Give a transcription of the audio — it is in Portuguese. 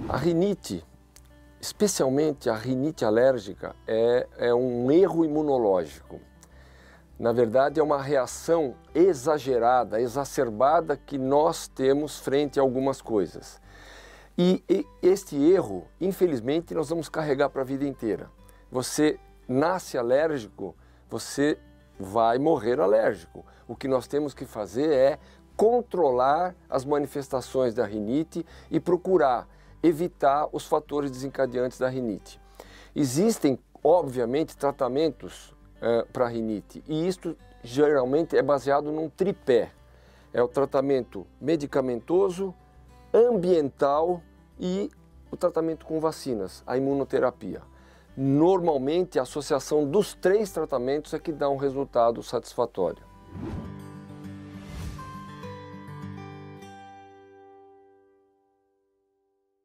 A rinite, especialmente a rinite alérgica, é um erro imunológico. Na verdade, é uma reação exagerada, exacerbada que nós temos frente a algumas coisas. E este erro, infelizmente, nós vamos carregar para a vida inteira. Você nasce alérgico, você vai morrer alérgico. O que nós temos que fazer é controlar as manifestações da rinite e procurar evitar os fatores desencadeantes da rinite. Existem, obviamente, tratamentos para rinite e isto geralmente é baseado num tripé. É o tratamento medicamentoso, ambiental e o tratamento com vacinas, a imunoterapia. Normalmente a associação dos três tratamentos é que dá um resultado satisfatório.